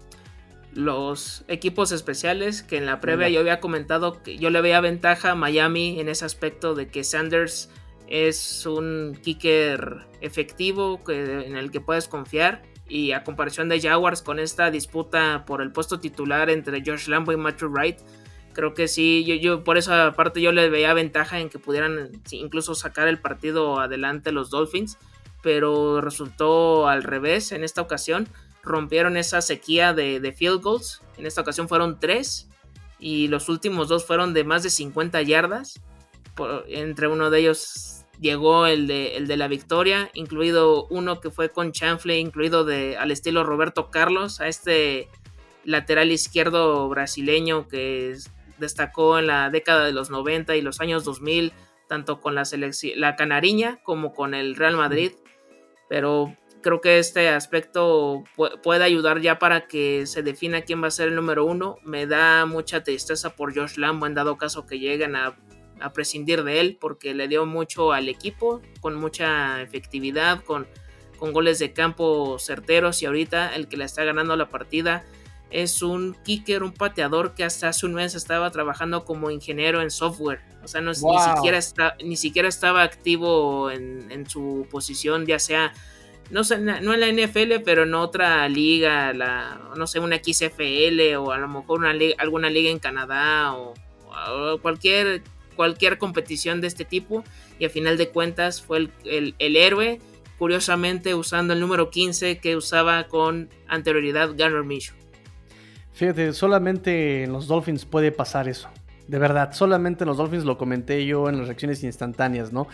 Los equipos especiales, que en la previa yo había comentado que yo le veía ventaja a Miami en ese aspecto de que Sanders es un kicker efectivo en el que puedes confiar, y a comparación de Jaguars con esta disputa por el puesto titular entre Josh Lambo y Matthew Wright, creo que sí, yo por esa parte yo le veía ventaja en que pudieran incluso sacar el partido adelante los Dolphins, pero resultó al revés en esta ocasión. Rompieron esa sequía de field goals. En esta ocasión fueron 3 y los últimos 2 fueron de más de 50 yardas. Entre uno de ellos llegó el de la victoria, incluido uno que fue con chanfle, incluido al estilo Roberto Carlos, a lateral izquierdo brasileño que destacó en la década de los 90 y los años 2000, tanto con la Canariña como con el Real Madrid. Pero creo que este aspecto puede ayudar ya para que se defina quién va a ser el número 1. Me da mucha tristeza por Josh Lambo en dado caso que lleguen a prescindir de él, porque le dio mucho al equipo, con mucha efectividad, con goles de campo certeros, y ahorita el que le está ganando la partida es un kicker, un pateador que hasta hace un mes estaba trabajando como ingeniero en software. O sea, wow. ni siquiera estaba activo en su posición, ya sea no en la NFL, pero en otra liga, no sé, una XFL, o a lo mejor alguna liga en Canadá, o cualquier competición de este tipo, y a final de cuentas fue el héroe, curiosamente usando el número 15 que usaba con anterioridad Garner Minshew. Fíjate, solamente en los Dolphins puede pasar eso. De verdad, solamente en los Dolphins, lo comenté yo en las reacciones instantáneas, ¿no?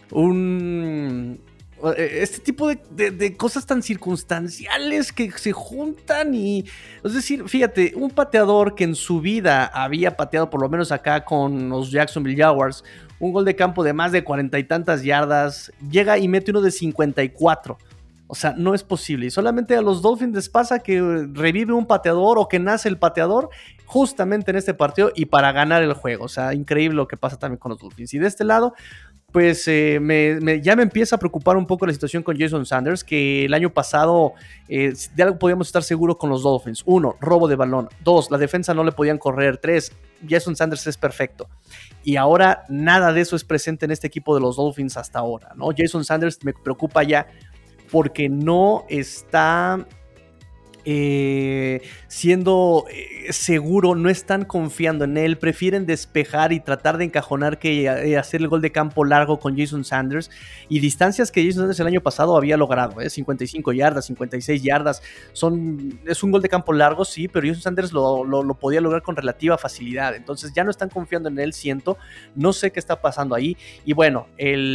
Este tipo de cosas tan circunstanciales que se juntan y... Es decir, fíjate, un pateador que en su vida había pateado, por lo menos acá con los Jacksonville Jaguars, un gol de campo de más de 40 y tantas yardas, llega y mete uno de 54. O sea, no es posible. Y solamente a los Dolphins les pasa que revive un pateador o que nace el pateador justamente en este partido y para ganar el juego. O sea, increíble lo que pasa también con los Dolphins. Y de este lado, pues ya me empieza a preocupar un poco la situación con Jason Sanders, que el año pasado de algo podíamos estar seguros con los Dolphins. 1, robo de balón. 2, la defensa no le podían correr. 3, Jason Sanders es perfecto. Y ahora nada de eso es presente en este equipo de los Dolphins hasta ahora, ¿no? Jason Sanders me preocupa ya porque no está siendo seguro, no están confiando en él, prefieren despejar y tratar de encajonar que hacer el gol de campo largo con Jason Sanders, y distancias que Jason Sanders el año pasado había logrado, 55 yardas, 56 yardas, es un gol de campo largo, sí, pero Jason Sanders lo podía lograr con relativa facilidad. Entonces ya no están confiando en él, siento, no sé qué está pasando ahí. Y bueno,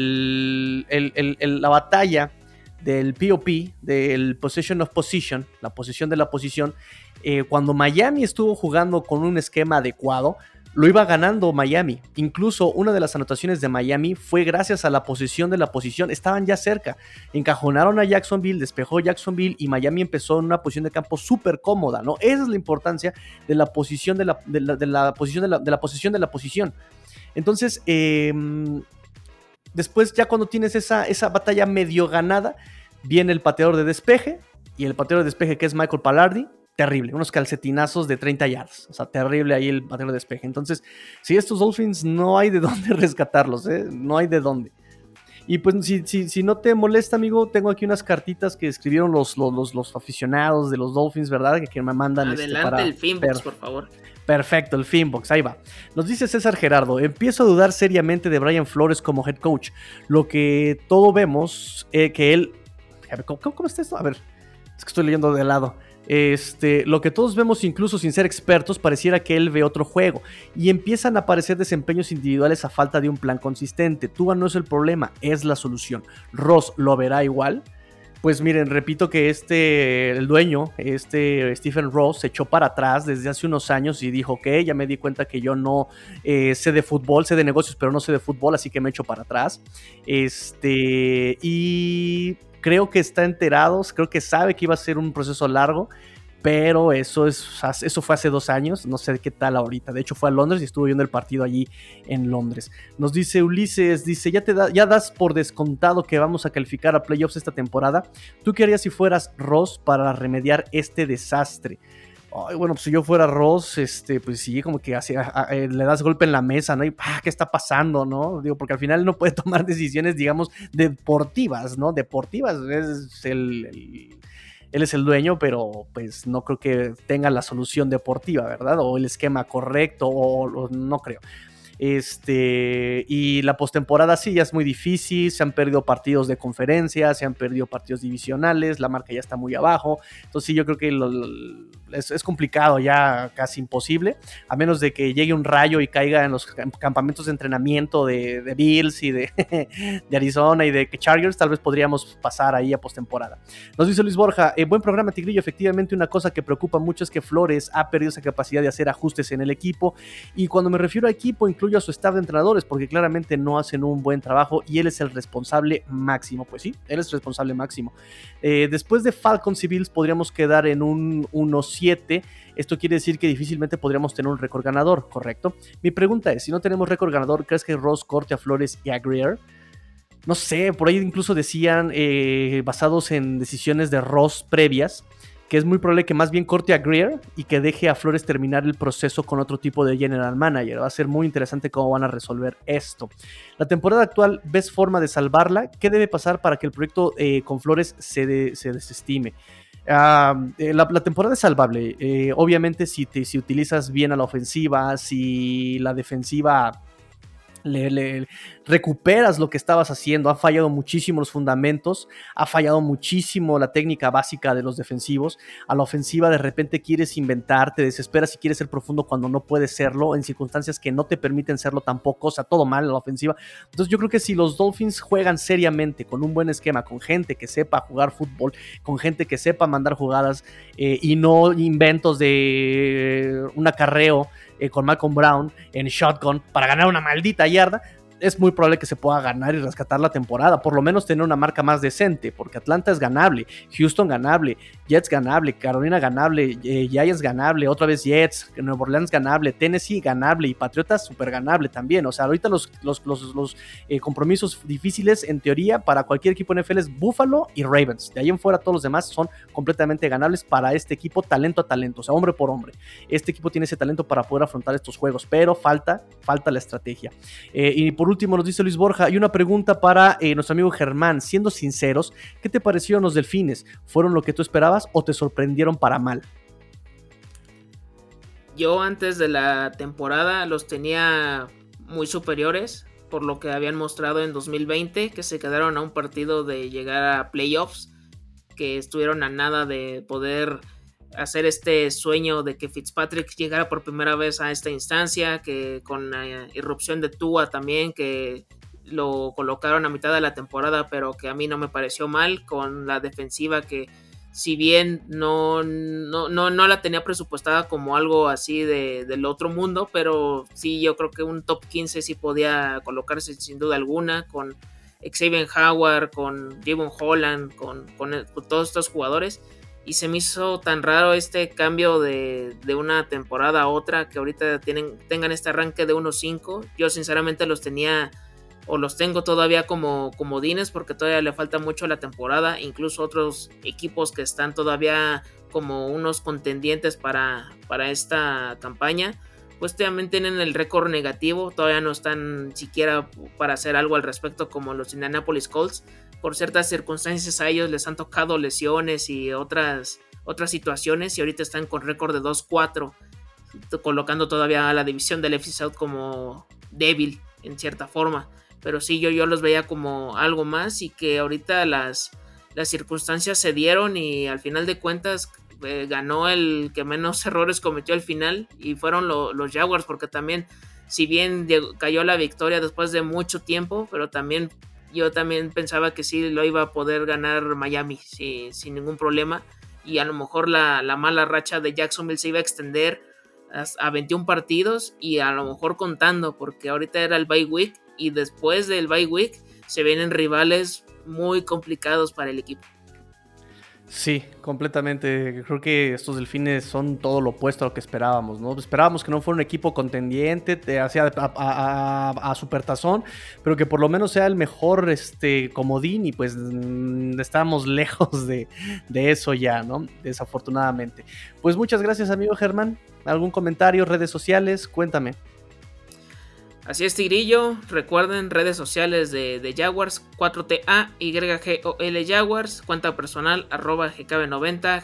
la batalla del POP, del Possession of Position, la posición de la posición, cuando Miami estuvo jugando con un esquema adecuado, lo iba ganando Miami. Incluso una de las anotaciones de Miami fue gracias a la posesión de la posición. Estaban ya cerca. Encajonaron a Jacksonville, despejó Jacksonville y Miami empezó en una posición de campo súper cómoda, ¿no? Esa es la importancia de la posición de la posesión de la posición. Entonces, después ya cuando tienes esa batalla medio ganada, viene el pateador de despeje, y el pateador de despeje que es Michael Palardy, terrible, unos calcetinazos de 30 yardas, o sea, terrible ahí el pateador de despeje. Entonces, sí, estos Dolphins no hay de dónde rescatarlos, no hay de dónde. Y pues si no te molesta, amigo, tengo aquí unas cartitas que escribieron los aficionados de los Dolphins, ¿verdad? Que me mandan adelante el Finbox, por favor. Perfecto, el Finbox, ahí va. Nos dice César Gerardo: empiezo a dudar seriamente de Brian Flores como head coach. Lo que todo vemos, que él... ¿Cómo está esto? A ver, es que estoy leyendo de lado. Lo que todos vemos, incluso sin ser expertos, pareciera que él ve otro juego y empiezan a aparecer desempeños individuales a falta de un plan consistente. Tua no es el problema, es la solución. ¿Ross lo verá igual? Pues miren, repito que el dueño, Stephen Ross, se echó para atrás desde hace unos años y dijo: ok, ya me di cuenta que yo no sé de fútbol, sé de negocios, pero no sé de fútbol, así que me echo para atrás. Y creo que está enterado, creo que sabe que iba a ser un proceso largo, pero eso fue hace 2 años, no sé qué tal ahorita. De hecho fue a Londres y estuvo viendo el partido allí en Londres. Nos dice Ulises, ya das por descontado que vamos a calificar a playoffs esta temporada. ¿Tú qué harías si fueras Ross para remediar este desastre? Ay, bueno, pues si yo fuera Ross, pues sí, como que le das golpe en la mesa, ¿no? Y ¿qué está pasando, no? Digo, porque al final no puede tomar decisiones, digamos, deportivas, ¿no? Deportivas, él es el dueño, pero pues no creo que tenga la solución deportiva, ¿verdad? O el esquema correcto, o no creo. Y la postemporada sí ya es muy difícil, se han perdido partidos de conferencia, se han perdido partidos divisionales, la marca ya está muy abajo, entonces sí, yo creo que es complicado, ya casi imposible, a menos de que llegue un rayo y caiga en los campamentos de entrenamiento de Bills y de Arizona y de Chargers. Tal vez podríamos pasar ahí a postemporada. Nos dice Luis Borja: buen programa, Tigrillo. Efectivamente, una cosa que preocupa mucho es que Flores ha perdido esa capacidad de hacer ajustes en el equipo, y cuando me refiero a equipo incluyo a su staff de entrenadores, porque claramente no hacen un buen trabajo y él es el responsable máximo. Pues sí, él es responsable máximo. Después de Falcons y Bills podríamos quedar en un 1-7. Esto quiere decir que difícilmente podríamos tener un récord ganador, ¿correcto? Mi pregunta es: si no tenemos récord ganador, ¿crees que Ross corte a Flores y a Grier? No sé, por ahí incluso decían, basados en decisiones de Ross previas, que es muy probable que más bien corte a Grier y que deje a Flores terminar el proceso con otro tipo de general manager. Va a ser muy interesante cómo van a resolver esto. La temporada actual, ¿ves forma de salvarla? ¿Qué debe pasar para que el proyecto con Flores se desestime? La temporada es salvable. Obviamente si utilizas bien a la ofensiva, si la defensiva le recuperas lo que estabas haciendo. Ha fallado muchísimo los fundamentos, ha fallado muchísimo la técnica básica de los defensivos. A la ofensiva de repente quieres inventar, te desesperas y quieres ser profundo cuando no puedes serlo, en circunstancias que no te permiten serlo tampoco. O sea, todo mal en la ofensiva. Entonces yo creo que si los Dolphins juegan seriamente, con un buen esquema, con gente que sepa jugar fútbol, con gente que sepa mandar jugadas, y no inventos de un acarreo con Malcolm Brown en shotgun para ganar una maldita yarda, es muy probable que se pueda ganar y rescatar la temporada, por lo menos tener una marca más decente, porque Atlanta es ganable, Houston ganable, Jets ganable, Carolina ganable, Giants ganable, otra vez Jets, Nueva Orleans ganable, Tennessee ganable y Patriotas super ganable también. O sea, ahorita los compromisos difíciles en teoría para cualquier equipo NFL es Buffalo y Ravens. De ahí en fuera todos los demás son completamente ganables para este equipo, talento a talento, o sea, hombre por hombre. Este equipo tiene ese talento para poder afrontar estos juegos, pero falta la estrategia. Y por último nos dice Luis Borja: hay una pregunta para nuestro amigo Germán. Siendo sinceros, ¿qué te parecieron los Delfines? ¿Fueron lo que tú esperabas o te sorprendieron para mal? Yo antes de la temporada los tenía muy superiores por lo que habían mostrado en 2020, que se quedaron a un partido de llegar a playoffs, que estuvieron a nada de poder hacer este sueño de que Fitzpatrick llegara por primera vez a esta instancia, que con la irrupción de Tua también, que lo colocaron a mitad de la temporada, pero que a mí no me pareció mal, con la defensiva que si bien no la tenía presupuestada como algo así del otro mundo, pero sí, yo creo que un top 15 sí podía colocarse sin duda alguna, con Xavier Howard, con Javon Holland, con todos estos jugadores. Y se me hizo tan raro este cambio de una temporada a otra, que ahorita tengan este arranque de 1-5. Yo sinceramente los tenía o los tengo todavía como comodines, porque todavía le falta mucho a la temporada. Incluso otros equipos que están todavía como unos contendientes para esta campaña, pues también tienen el récord negativo, todavía no están siquiera para hacer algo al respecto, como los Indianapolis Colts. Por ciertas circunstancias a ellos les han tocado lesiones y otras situaciones, y ahorita están con récord de 2-4, colocando todavía a la división del FC South como débil en cierta forma. Pero sí, yo los veía como algo más, y que ahorita las circunstancias se dieron y al final de cuentas ganó el que menos errores cometió al final, y fueron los Jaguars, porque también, si bien cayó la victoria después de mucho tiempo, pero también yo también pensaba que sí lo iba a poder ganar Miami sin ningún problema, y a lo mejor la mala racha de Jacksonville se iba a extender a 21 partidos, y a lo mejor contando, porque ahorita era el bye week, y después del bye week se vienen rivales muy complicados para el equipo. Sí, completamente. Creo que estos Delfines son todo lo opuesto a lo que esperábamos, ¿no? Esperábamos que no fuera un equipo contendiente hacia a Supertazón, pero que por lo menos sea el mejor comodín, y pues estamos lejos de eso ya, ¿no? Desafortunadamente. Pues muchas gracias, amigo Germán. ¿Algún comentario, redes sociales? Cuéntame. Así es, Tigrillo. Recuerden, redes sociales de Jaguars, 4TAYGOL Jaguars, cuenta personal @GKB90,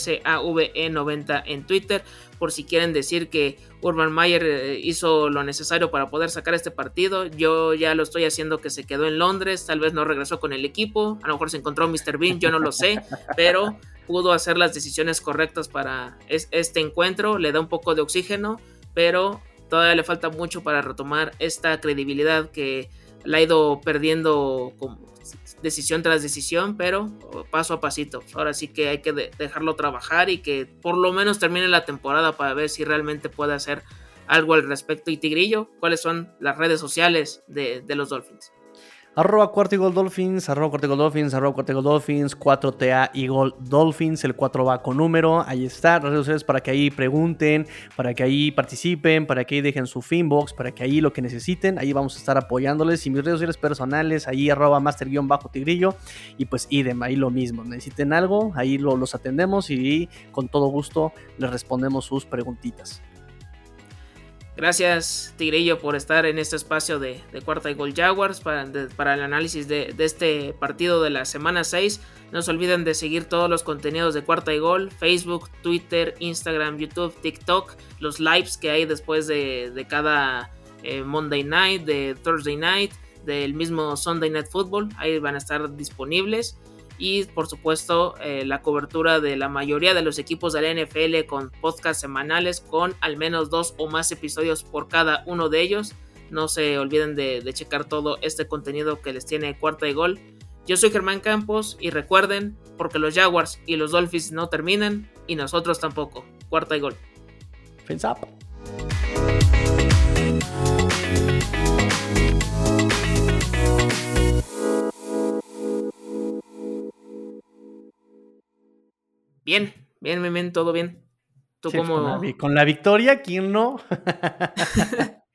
GSAVE90 en Twitter, por si quieren decir que Urban Meyer hizo lo necesario para poder sacar este partido. Yo ya lo estoy haciendo que se quedó en Londres, tal vez no regresó con el equipo, a lo mejor se encontró Mr. Bean, yo no lo sé, pero pudo hacer las decisiones correctas para este encuentro, le da un poco de oxígeno, pero todavía le falta mucho para retomar esta credibilidad que la ha ido perdiendo con decisión tras decisión, pero paso a pasito. Ahora sí que hay que dejarlo trabajar, y que por lo menos termine la temporada para ver si realmente puede hacer algo al respecto. Y Tigrillo, ¿cuáles son las redes sociales de los Dolphins? @cuartoygol Dolphins, @cuartoygol Dolphins, 4TA Eagle Dolphins, el 4 va con número, ahí está, las redes sociales para que ahí pregunten, para que ahí participen, para que ahí dejen su finbox, para que ahí lo que necesiten, ahí vamos a estar apoyándoles. Y mis redes sociales personales, ahí @master_tigrillo, y pues idem, ahí lo mismo, necesiten algo, ahí los atendemos y con todo gusto les respondemos sus preguntitas. Gracias, Tigrillo, por estar en este espacio de Cuarta y Gol Jaguars para el análisis de este partido de la semana 6. No se olviden de seguir todos los contenidos de Cuarta y Gol: Facebook, Twitter, Instagram, YouTube, TikTok, los lives que hay después de cada Monday Night, de Thursday Night, del mismo Sunday Night Football. Ahí van a estar disponibles. Y por supuesto la cobertura de la mayoría de los equipos de la NFL, con podcasts semanales con al menos 2 o más episodios por cada uno de ellos. No se olviden de checar todo este contenido que les tiene Cuarta y Gol. Yo soy Germán Campos, y recuerden, porque los Jaguars y los Dolphins no terminan, y nosotros tampoco. Cuarta y Gol. Fins up. Bien, todo bien. ¿Tú Sí, cómo? con la victoria, ¿quién no?